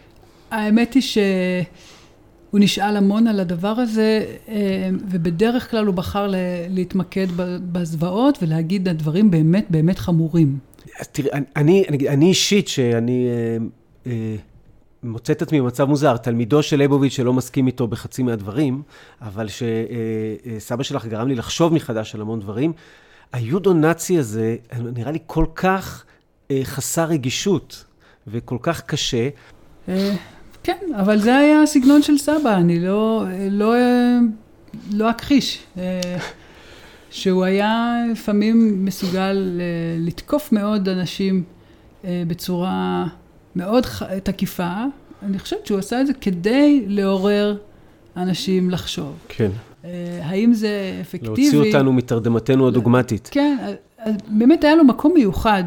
האמת היא שהוא נשאל המון על הדבר הזה, ובדרך כלל הוא בחר להתמקד בזוועות ולהגיד הדברים באמת באמת חמורים. תראי, אני, אני, אני אישית שאני אה, אה, מוצא את עצמי במצב מוזר, תלמידו של ליבוביץ' שלא מסכים איתו בחצי מהדברים, אבל שסבא שלך גרם לי לחשוב מחדש על המון דברים. היודו-נאצי הזה נראה לי כל כך אה, חסר רגישות וכל כך קשה. אה, כן, אבל זה היה הסגנון של סבא, אני לא, לא, לא אכחיש. אה, שהוא היה לפעמים מסוגל לתקוף מאוד אנשים בצורה מאוד תקיפה. אני חושבת שהוא עשה את זה כדי לעורר אנשים לחשוב. כן. האם זה אפקטיבי? להוציא אותנו מתרדמתנו הדוגמטית. כן, באמת היה לו מקום מיוחד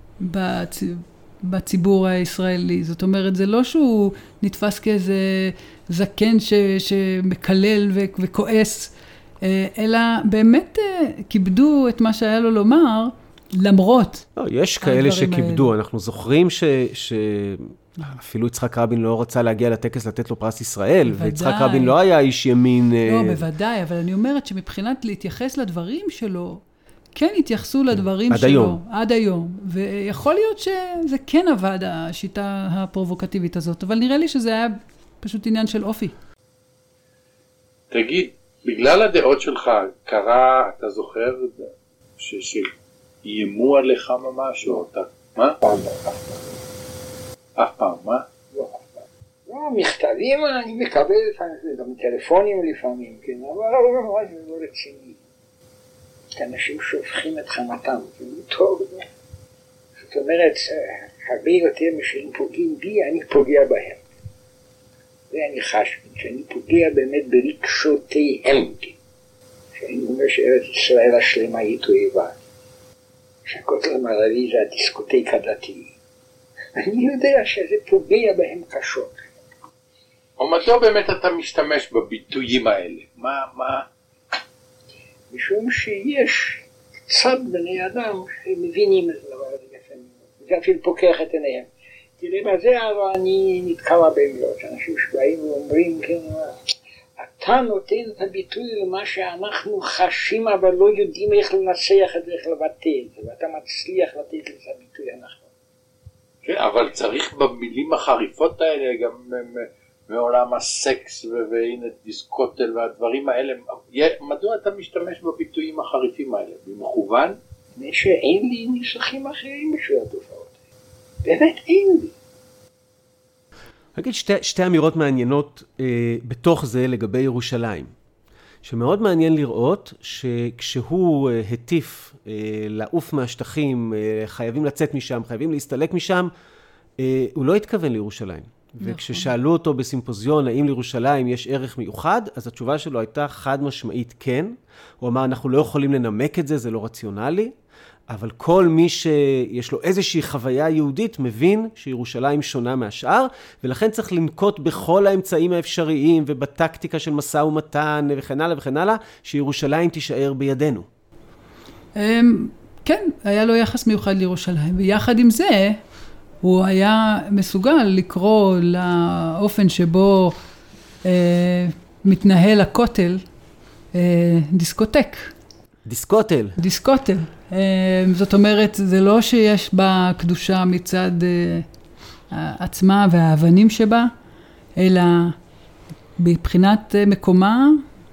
בציבור הישראלי. זאת אומרת, זה לא שהוא נתפס כאיזה זקן שמקלל וכועס, אלא באמת כיבדו את מה שהיה לו לומר, למרות. לא, יש כאלה שכיבדו. אנחנו זוכרים שאפילו יצחק רבין לא רצה להגיע לטקס לתת לו פרס ישראל, ויצחק רבין לא היה איש ימין. לא, בוודאי, אבל אני אומרת שמבחינת להתייחס לדברים שלו, כן התייחסו לדברים שלו. עד היום. עד היום. ויכול להיות שזה כן עבד, השיטה הפרובוקטיבית הזאת, אבל נראה לי שזה היה פשוט עניין של אופי. תגיד, בגלל הדעות שלך, קרה, אתה זוכר, שאיימו עליך ממש, או אתה, מה? אף פעם, אף פעם. אף פעם, מה? לא, אף פעם. לא, מכתבים אני מקבל, גם טלפונים לפעמים, כן, אבל זה לא רציני. אנשים שהופכים את חמתם, זה לא טוב. זאת אומרת, הרבה יותר משהם פוגעים בי, אני פוגע בהם. ואני חש, שאני פוגע באמת ברגשותיהם, שאני אומר שארץ ישראל השלמה היא תועבה, שהכותל המערבי זה הדיסקוטק הדתי. אני יודע שזה פוגע בהם קשות. ומדוע באמת אתה משתמש בביטויים האלה? מה, מה? משום שיש קצת בני אדם שמבינים את הדבר הזה יפה מאוד. זה אפילו פוקח את עיניהם. תראה, בזה אבל אני נתקע במלות, אנשים שבאים ואומרים, כן, אתה נותן את הביטוי למה שאנחנו חשים, אבל לא יודעים איך לנסח את זה, איך לבטא את זה, ואתה מצליח לתת לזה הביטוי הנכון. כן, אבל צריך במילים החריפות האלה, גם מעולם הסקס, והנה דיסקוטל והדברים האלה, מדוע אתה משתמש בביטויים החריפים האלה? במכוון? מפני שאין לי ניסוחים אחרים בשביל התופעות. באמת אין לי. אגיד שתי, שתי אמירות מעניינות אה, בתוך זה לגבי ירושלים. שמאוד מעניין לראות שכשהוא אה, הטיף אה, לעוף מהשטחים, אה, חייבים לצאת משם, חייבים להסתלק משם, אה, הוא לא התכוון לירושלים. נכון. וכששאלו אותו בסימפוזיון האם לירושלים יש ערך מיוחד, אז התשובה שלו הייתה חד משמעית כן. הוא אמר, אנחנו לא יכולים לנמק את זה, זה לא רציונלי. אבל כל מי שיש לו איזושהי חוויה יהודית מבין שירושלים שונה מהשאר, ולכן צריך לנקוט בכל האמצעים האפשריים ובטקטיקה של משא ומתן וכן הלאה וכן הלאה, שירושלים תישאר בידינו. כן, היה לו יחס מיוחד לירושלים, ויחד עם זה הוא היה מסוגל לקרוא לאופן שבו אה, מתנהל הכותל אה, דיסקוטק. דיסקוטל. דיסקוטל. זאת אומרת, זה לא שיש בה קדושה מצד עצמה והאבנים שבה, אלא מבחינת מקומה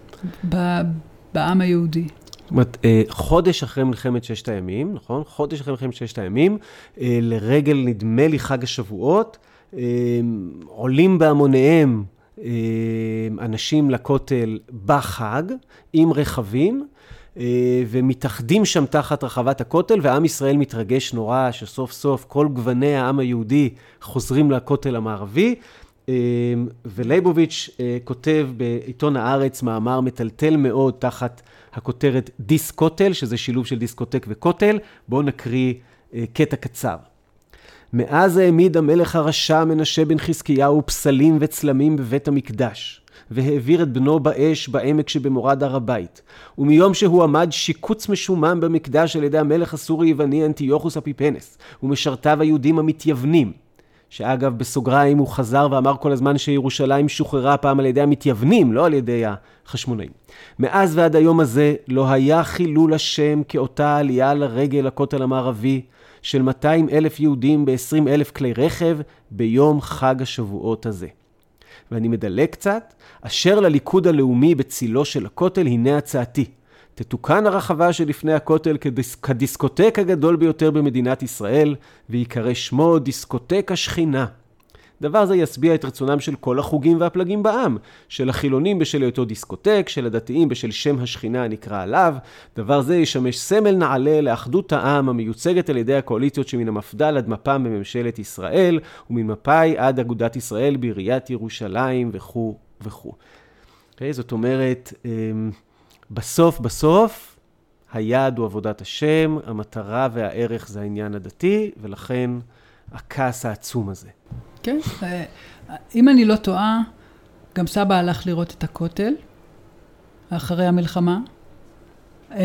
בעם היהודי. זאת אומרת, חודש אחרי מלחמת ששת הימים, נכון? חודש אחרי מלחמת ששת הימים, לרגל נדמה לי חג השבועות, עולים בהמוניהם אנשים לכותל בחג עם רכבים, ומתאחדים שם תחת רחבת הכותל, ועם ישראל מתרגש נורא שסוף סוף כל גווני העם היהודי חוזרים לכותל המערבי, ולייבוביץ' כותב בעיתון הארץ מאמר מטלטל מאוד תחת הכותרת דיסקוטל, שזה שילוב של דיסקוטק וקוטל. בואו נקריא קטע קצר. מאז העמיד המלך הרשע מנשה בן חזקיהו פסלים וצלמים בבית המקדש, והעביר את בנו באש בעמק שבמורד הר הבית. ומיום שהוא עמד שיקוץ משומם במקדש על ידי המלך הסורי יווני אנטיוכוס אפיפנס, ומשרתיו היהודים המתייוונים, שאגב, בסוגריים הוא חזר ואמר כל הזמן שירושלים שוחררה פעם על ידי המתייוונים, לא על ידי החשמונאים. מאז ועד היום הזה לא היה חילול השם כאותה עלייה לרגל לכותל המערבי של מאתיים אלף יהודים ב-עשרים אלף כלי רכב ביום חג השבועות הזה. ואני מדלג קצת, אשר לליכוד הלאומי בצילו של הכותל, הנה הצעתי. תתוקן הרחבה שלפני הכותל כדיס, כדיסקוטק הגדול ביותר במדינת ישראל, ויקרא שמו דיסקוטק השכינה. דבר זה יסביע את רצונם של כל החוגים והפלגים בעם, של החילונים בשל היותו דיסקוטק, של הדתיים בשל שם השכינה הנקרא עליו. דבר זה ישמש סמל נעלה לאחדות העם המיוצגת על ידי הקואליציות שמן המפד"ל עד מפ"ם בממשלת ישראל, ומן מפא"י עד אגודת ישראל בעיריית ירושלים וכו' וכו'. Okay, זאת אומרת, בסוף בסוף היעד הוא עבודת השם, המטרה והערך זה העניין הדתי, ולכן הכעס העצום הזה. כן, אם אני לא טועה, גם סבא הלך לראות את הכותל, אחרי המלחמה. כן,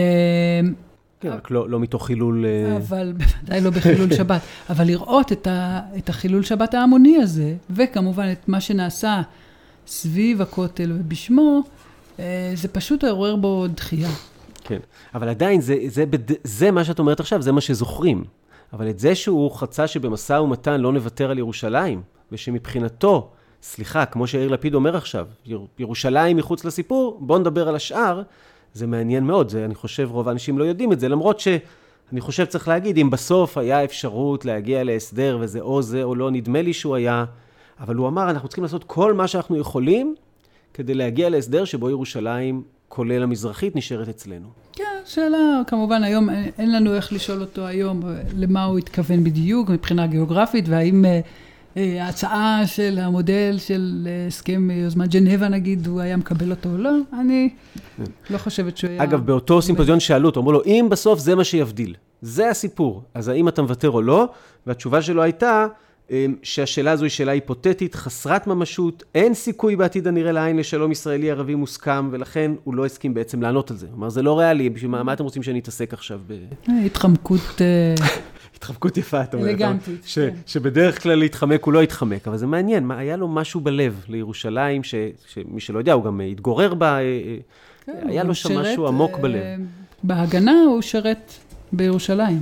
רק לא, לא מתוך חילול... אבל בוודאי לא בחילול שבת. אבל לראות את, ה, את החילול שבת ההמוני הזה, וכמובן את מה שנעשה סביב הכותל ובשמו, זה פשוט עורר בו דחייה. כן, אבל עדיין זה, זה, זה מה שאת אומרת עכשיו, זה מה שזוכרים. אבל את זה שהוא חצה שבמשא ומתן לא נוותר על ירושלים, ושמבחינתו, סליחה, כמו שיאיר לפיד אומר עכשיו, ירושלים מחוץ לסיפור, בוא נדבר על השאר, זה מעניין מאוד, זה, אני חושב רוב האנשים לא יודעים את זה, למרות שאני חושב צריך להגיד, אם בסוף היה אפשרות להגיע להסדר, וזה או זה או לא, נדמה לי שהוא היה, אבל הוא אמר, אנחנו צריכים לעשות כל מה שאנחנו יכולים, כדי להגיע להסדר שבו ירושלים, כולל המזרחית, נשארת אצלנו. כן, שאלה, כמובן היום אין לנו איך לשאול אותו היום למה הוא התכוון בדיוק מבחינה גיאוגרפית, והאם ההצעה של המודל של הסכם יוזמת ג'נבה נגיד, הוא היה מקבל אותו או לא, אני לא חושבת שהוא היה... אגב, באותו סימפוזיון שאלו אותו, אמרו לו, אם בסוף זה מה שיבדיל, זה הסיפור, אז האם אתה מוותר או לא? והתשובה שלו הייתה, שהשאלה הזו היא שאלה היפותטית, חסרת ממשות, אין סיכוי בעתיד הנראה לעין לשלום ישראלי ערבי מוסכם, ולכן הוא לא הסכים בעצם לענות על זה. כלומר, זה לא ריאלי, בשביל מה, מה אתם רוצים שאני אתעסק עכשיו ב... התחמקות... התחמקות יפה, אתה אומר. אלגנטית. ש, שבדרך כלל להתחמק הוא לא התחמק, אבל זה מעניין, מה, היה לו משהו בלב לירושלים, ש, שמי שלא יודע, הוא גם התגורר בה, כן, היה לו שם שרת, משהו עמוק בלב. בהגנה הוא שרת בירושלים,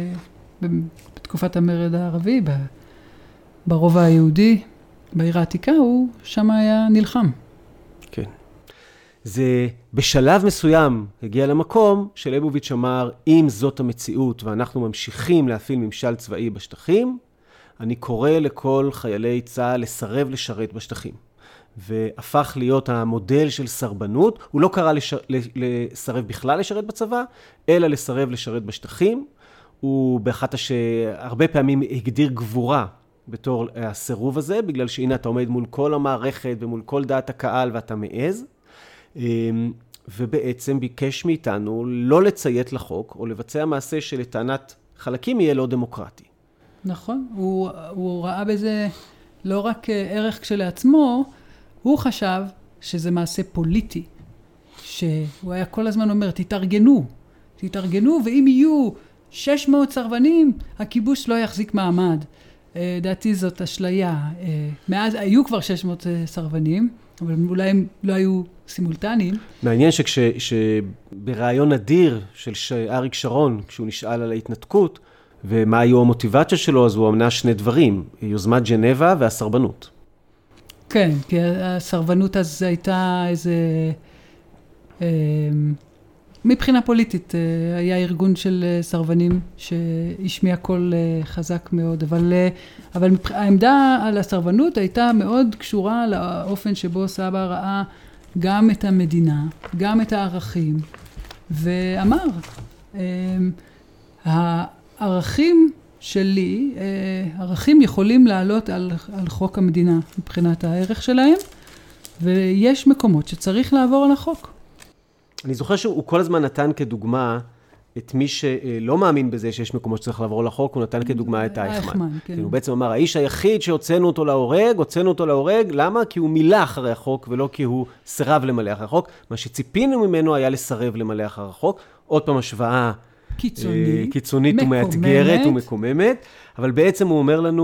בתקופת המרד הערבי, ברובע היהודי, בעיר העתיקה, הוא שם היה נלחם. כן. זה בשלב מסוים הגיע למקום שלייבוביץ' אמר, אם זאת המציאות ואנחנו ממשיכים להפעיל ממשל צבאי בשטחים, אני קורא לכל חיילי צה"ל לסרב לשרת בשטחים. והפך להיות המודל של סרבנות, הוא לא קרא לשר... לסרב בכלל לשרת בצבא, אלא לסרב לשרת בשטחים. הוא באחת שהרבה פעמים הגדיר גבורה, בתור הסירוב הזה, בגלל שהנה אתה עומד מול כל המערכת ומול כל דעת הקהל ואתה מעז, ובעצם ביקש מאיתנו לא לציית לחוק או לבצע מעשה שלטענת חלקים יהיה לא דמוקרטי. נכון, הוא, הוא ראה בזה לא רק ערך כשלעצמו, הוא חשב שזה מעשה פוליטי, שהוא היה כל הזמן אומר, תתארגנו, תתארגנו, ואם יהיו שש מאות סרבנים, הכיבוש לא יחזיק מעמד. דעתי זאת אשליה. מאז היו כבר שש מאות סרבנים, אבל אולי הם לא היו סימולטניים. מעניין שברעיון אדיר של אריק שרון, כשהוא נשאל על ההתנתקות, ומה היו המוטיבציה שלו, אז הוא אמנה שני דברים, יוזמת ג'נבה והסרבנות. כן, כי הסרבנות אז הייתה איזה... מבחינה פוליטית, היה ארגון של סרבנים שהשמיע קול חזק מאוד, אבל, אבל העמדה על הסרבנות הייתה מאוד קשורה לאופן שבו סבא ראה גם את המדינה, גם את הערכים, ואמר, הערכים שלי, ערכים יכולים לעלות על, על חוק המדינה מבחינת הערך שלהם, ויש מקומות שצריך לעבור על החוק. אני זוכר שהוא כל הזמן נתן כדוגמה את מי שלא מאמין בזה שיש מקומות שצריך לעבור לחוק, הוא נתן כדוגמה את אייכמן. כן. הוא בעצם אמר, האיש היחיד שהוצאנו אותו להורג, הוצאנו אותו להורג, למה? כי הוא מילא אחרי החוק, ולא כי הוא סירב למלא אחרי החוק. מה שציפינו ממנו היה לסרב למלא אחרי החוק. עוד פעם השוואה קיצוני, קיצונית ומאתגרת ומקוממת, אבל בעצם הוא אומר לנו,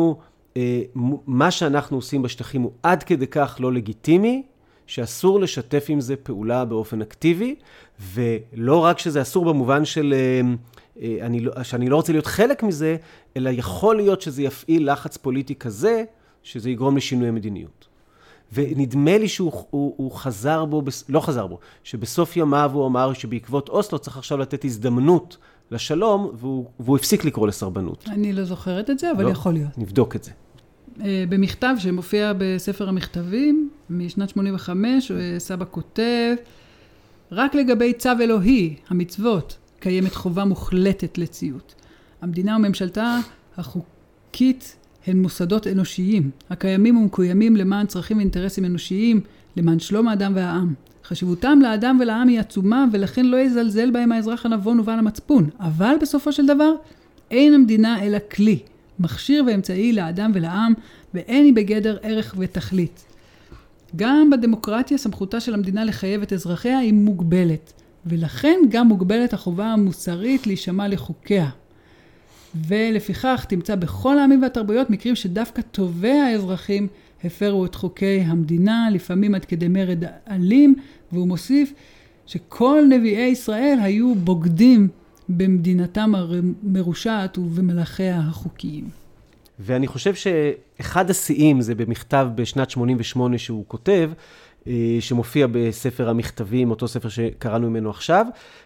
מה שאנחנו עושים בשטחים הוא עד כדי כך לא לגיטימי, שאסור לשתף עם זה פעולה באופן אקטיבי, ולא רק שזה אסור במובן של, אני לא, שאני לא רוצה להיות חלק מזה, אלא יכול להיות שזה יפעיל לחץ פוליטי כזה, שזה יגרום לשינוי מדיניות. ונדמה לי שהוא הוא, הוא חזר בו, לא חזר בו, שבסוף ימיו הוא אמר שבעקבות אוסלו צריך עכשיו לתת הזדמנות לשלום, והוא, והוא הפסיק לקרוא לסרבנות. אני לא זוכרת את זה, אבל לא, יכול להיות. נבדוק את זה. במכתב שמופיע בספר המכתבים, משנת שמונים וחמש, סבא כותב, רק לגבי צו אלוהי, המצוות, קיימת חובה מוחלטת לציות. המדינה וממשלתה החוקית הן מוסדות אנושיים, הקיימים ומקוימים למען צרכים ואינטרסים אנושיים, למען שלום האדם והעם. חשיבותם לאדם ולעם היא עצומה, ולכן לא יזלזל בהם האזרח הנבון ובעל המצפון. אבל בסופו של דבר, אין המדינה אלא כלי, מכשיר ואמצעי לאדם ולעם, ואין היא בגדר ערך ותכלית. גם בדמוקרטיה סמכותה של המדינה לחייב את אזרחיה היא מוגבלת, ולכן גם מוגבלת החובה המוסרית להישמע לחוקיה. ולפיכך תמצא בכל העמים והתרבויות מקרים שדווקא טובי האזרחים הפרו את חוקי המדינה, לפעמים עד כדי מרד אלים, והוא מוסיף שכל נביאי ישראל היו בוגדים במדינתם המרושעת ובמלאכיה החוקיים. ואני חושב שאחד השיאים זה במכתב בשנת שמונים ושמונה שהוא כותב, שמופיע בספר המכתבים, אותו ספר שקראנו ממנו עכשיו,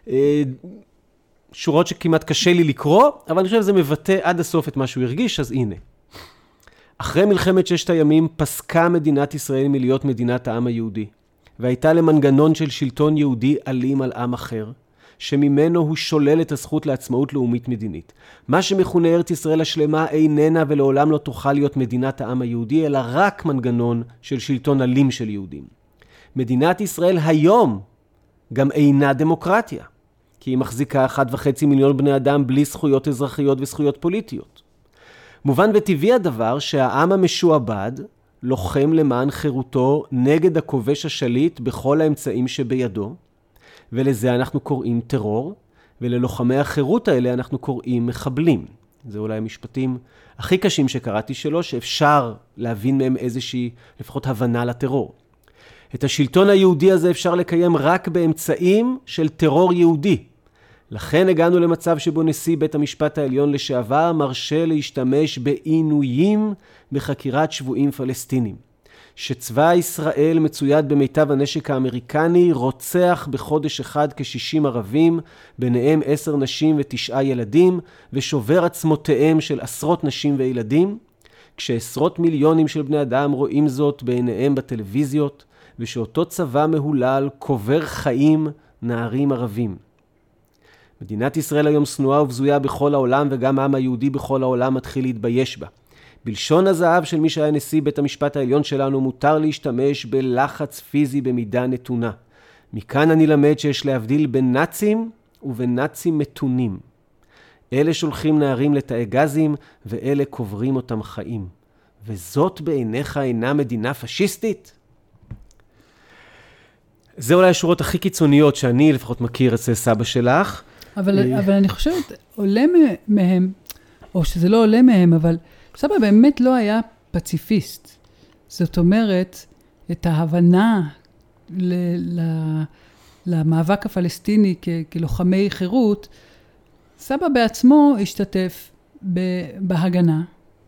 שורות שכמעט קשה לי לקרוא, אבל אני חושב שזה מבטא עד הסוף את מה שהוא הרגיש, אז הנה. אחרי מלחמת ששת הימים פסקה מדינת ישראל מלהיות מדינת העם היהודי, והייתה למנגנון של שלטון יהודי אלים על עם אחר, שממנו הוא שולל את הזכות לעצמאות לאומית מדינית. מה שמכונה ארץ ישראל השלמה איננה ולעולם לא תוכל להיות מדינת העם היהודי, אלא רק מנגנון של שלטון אלים של יהודים. מדינת ישראל היום גם אינה דמוקרטיה, כי היא מחזיקה אחד וחצי מיליון בני אדם בלי זכויות אזרחיות וזכויות פוליטיות. מובן וטבעי הדבר שהעם המשועבד לוחם למען חירותו נגד הכובש השליט בכל האמצעים שבידו, ולזה אנחנו קוראים טרור, וללוחמי החירות האלה אנחנו קוראים מחבלים. זה אולי המשפטים הכי קשים שקראתי שלו, שאפשר להבין מהם איזושהי, לפחות הבנה לטרור. את השלטון היהודי הזה אפשר לקיים רק באמצעים של טרור יהודי. לכן הגענו למצב שבו נשיא בית המשפט העליון לשעבר מרשה להשתמש בעינויים בחקירת שבויים פלסטינים. שצבא ישראל מצויד במיטב הנשק האמריקני, רוצח בחודש אחד כ-שישים ערבים, ביניהם עשר נשים ותשעה ילדים, ושובר עצמותיהם של עשרות נשים וילדים, כשעשרות מיליונים של בני אדם רואים זאת בעיניהם בטלוויזיות, ושאותו צבא מהולל קובר חיים נערים ערבים. מדינת ישראל היום שנואה ובזויה בכל העולם, וגם העם היהודי בכל העולם מתחיל להתבייש בה. בלשון הזהב של מי שהיה נשיא בית המשפט העליון שלנו, מותר להשתמש בלחץ פיזי במידה נתונה. מכאן אני למד שיש להבדיל בין נאצים ובין נאצים מתונים. אלה שולחים נערים לתאי גזים, ואלה קוברים אותם חיים. וזאת בעיניך אינה מדינה פשיסטית? זה אולי השורות הכי קיצוניות שאני לפחות מכיר אצל סבא שלך. אבל, אבל אני חושבת, עולה מהם, או שזה לא עולה מהם, אבל סבא באמת לא היה פציפיסט. זאת אומרת, את ההבנה ל, ל, למאבק הפלסטיני כ, כלוחמי חירות, סבא בעצמו השתתף ב, בהגנה,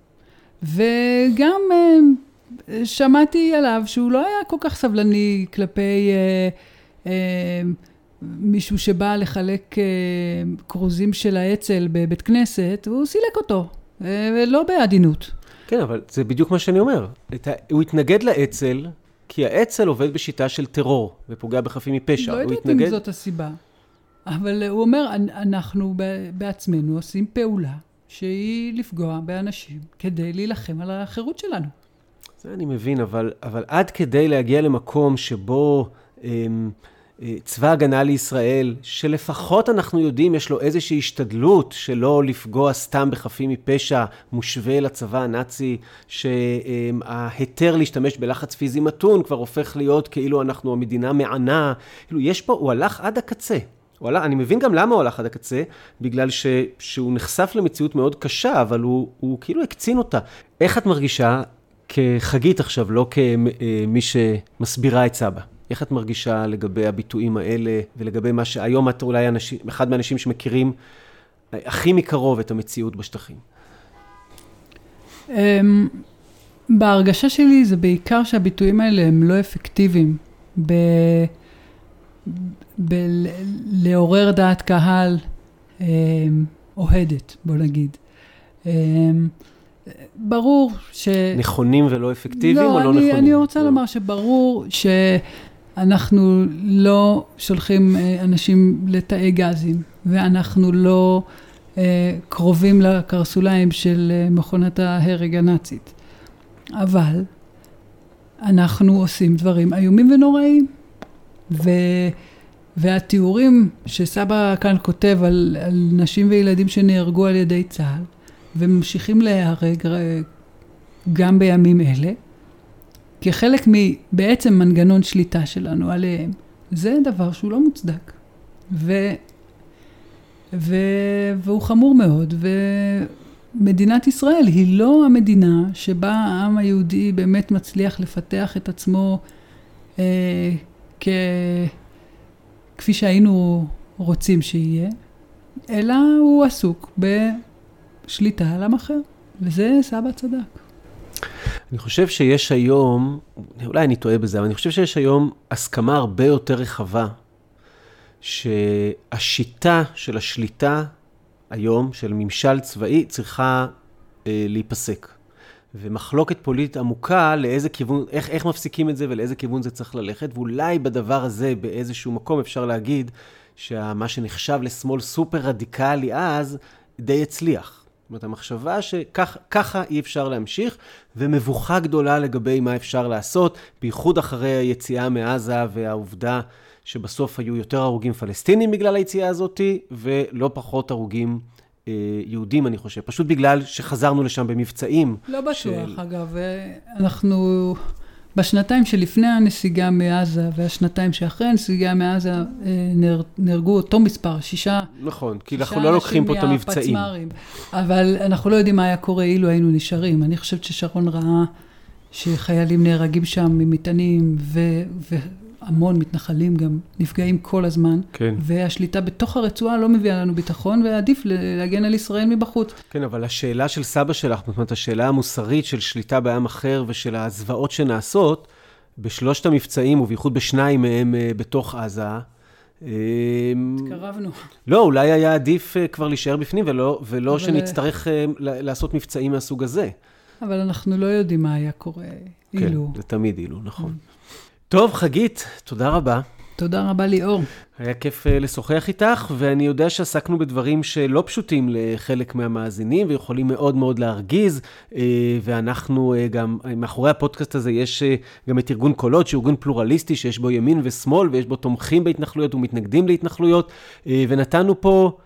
וגם שמעתי עליו שהוא לא היה כל כך סבלני כלפי אה, אה, מישהו שבא לחלק אה, קרוזים של האצ"ל בבית כנסת, והוא סילק אותו, אה, ולא בעדינות. כן, אבל זה בדיוק מה שאני אומר. ה... הוא התנגד לאצ"ל, כי האצ"ל עובד בשיטה של טרור, ופוגע בחפים מפשע. לא יודעת התנגד... אם זאת הסיבה. אבל הוא אומר, אנחנו בעצמנו עושים פעולה, שהיא לפגוע באנשים, כדי להילחם על החירות שלנו. זה אני מבין, אבל, אבל עד כדי להגיע למקום שבו אמ, צבא הגנה לישראל, שלפחות אנחנו יודעים, יש לו איזושהי השתדלות שלא לפגוע סתם בחפים מפשע, מושווה לצבא הנאצי, שההיתר להשתמש בלחץ פיזי מתון כבר הופך להיות כאילו אנחנו המדינה מענה. כאילו יש פה, הוא הלך עד הקצה. הוא הלך, אני מבין גם למה הוא הלך עד הקצה, בגלל ש, שהוא נחשף למציאות מאוד קשה, אבל הוא, הוא כאילו הקצין אותה. איך את מרגישה כחגית עכשיו, לא כמי שמסבירה את סבא? איך את מרגישה לגבי הביטויים האלה, ולגבי מה שהיום את אולי אנשים, אחד מהאנשים שמכירים הכי מקרוב את המציאות בשטחים? בהרגשה שלי זה בעיקר שהביטויים האלה הם לא אפקטיביים ב... בלעורר דעת קהל אוהדת, בוא נגיד. ברור ש... נכונים ולא אפקטיביים לא, או לא אני, נכונים? אני רוצה לא. לומר שברור שאנחנו לא שולחים אנשים לתאי גזים, ואנחנו לא קרובים לקרסוליים של מכונת ההרג הנאצית. אבל אנחנו עושים דברים איומים ונוראים. ו... והתיאורים שסבא כאן כותב על, על נשים וילדים שנהרגו על ידי צה"ל, וממשיכים להיהרג גם בימים אלה, כחלק מבעצם מנגנון שליטה שלנו עליהם, זה דבר שהוא לא מוצדק. ו... ו... והוא חמור מאוד, ומדינת ישראל היא לא המדינה שבה העם היהודי באמת מצליח לפתח את עצמו אה, כ... כפי שהיינו רוצים שיהיה, אלא הוא עסוק בשליטה על עם אחר, וזה סבא צדק. אני חושב שיש היום, אולי אני טועה בזה, אבל אני חושב שיש היום הסכמה הרבה יותר רחבה, שהשיטה של השליטה היום, של ממשל צבאי, צריכה אה, להיפסק. ומחלוקת פוליטית עמוקה לאיזה כיוון, איך, איך מפסיקים את זה ולאיזה כיוון זה צריך ללכת, ואולי בדבר הזה באיזשהו מקום אפשר להגיד שמה שנחשב לשמאל סופר רדיקלי אז, די הצליח. זאת אומרת, המחשבה שככה אי אפשר להמשיך, ומבוכה גדולה לגבי מה אפשר לעשות, בייחוד אחרי היציאה מעזה והעובדה שבסוף היו יותר הרוגים פלסטינים בגלל היציאה הזאת, ולא פחות הרוגים יהודים, אני חושב. פשוט בגלל שחזרנו לשם במבצעים. לא בטוח, של... אגב. אנחנו, בשנתיים שלפני הנסיגה מעזה, והשנתיים שאחרי הנסיגה מעזה, נהרגו אותו מספר, שישה... נכון, כי אנחנו לא לוקחים פה את המבצעים. אבל אנחנו לא יודעים מה היה קורה אילו היינו נשארים. אני חושבת ששרון ראה שחיילים נהרגים שם ממטענים, ו... ו... המון מתנחלים גם נפגעים כל הזמן, כן. והשליטה בתוך הרצועה לא מביאה לנו ביטחון, ועדיף להגן על ישראל מבחוץ. כן, אבל השאלה של סבא שלך, זאת אומרת, השאלה המוסרית של שליטה בעם אחר, ושל הזוועות שנעשות, בשלושת המבצעים, ובייחוד בשניים מהם בתוך עזה, התקרבנו. לא, אולי היה עדיף כבר להישאר בפנים, ולא, ולא אבל... שנצטרך לעשות מבצעים מהסוג הזה. אבל אנחנו לא יודעים מה היה קורה אילו. כן, זה תמיד אילו, נכון. טוב, חגית, תודה רבה. תודה רבה ליאור. היה כיף לשוחח איתך, ואני יודע שעסקנו בדברים שלא פשוטים לחלק מהמאזינים, ויכולים מאוד מאוד להרגיז, ואנחנו גם, מאחורי הפודקאסט הזה יש גם את ארגון קולות, שהוא ארגון פלורליסטי, שיש בו ימין ושמאל, ויש בו תומכים בהתנחלויות ומתנגדים להתנחלויות, ונתנו פה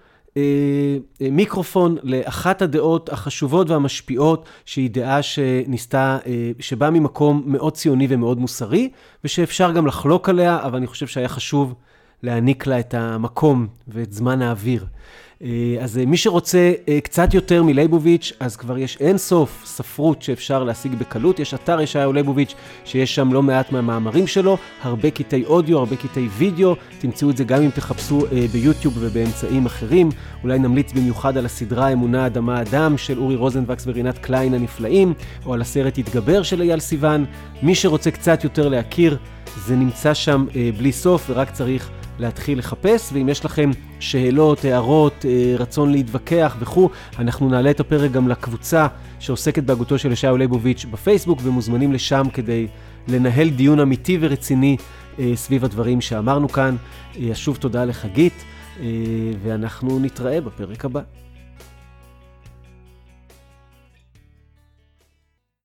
מיקרופון לאחת הדעות החשובות והמשפיעות, שהיא דעה שניסתה, שבאה ממקום מאוד ציוני ומאוד מוסרי, ושאפשר גם לחלוק עליה, אבל אני חושב שהיה חשוב להעניק לה את המקום ואת זמן האוויר. אז מי שרוצה קצת יותר מלייבוביץ', אז כבר יש אין סוף ספרות שאפשר להשיג בקלות. יש אתר ישעיהו לייבוביץ' שיש שם לא מעט מהמאמרים שלו, הרבה קטעי אודיו, הרבה קטעי וידאו, תמצאו את זה גם אם תחפשו ביוטיוב ובאמצעים אחרים. אולי נמליץ במיוחד על הסדרה אמונה אדמה אדם של אורי רוזנבקס ורינת קליין הנפלאים, או על הסרט התגבר של אייל סיוון. מי שרוצה קצת יותר להכיר, זה נמצא שם בלי סוף, ורק צריך להתחיל לחפש, ואם יש לכם שאלות, הערות, רצון להתווכח וכו', אנחנו נעלה את הפרק גם לקבוצה שעוסקת בהגותו של ישעיהו לייבוביץ' בפייסבוק, ומוזמנים לשם כדי לנהל דיון אמיתי ורציני סביב הדברים שאמרנו כאן. שוב תודה לחגית, ואנחנו נתראה בפרק הבא.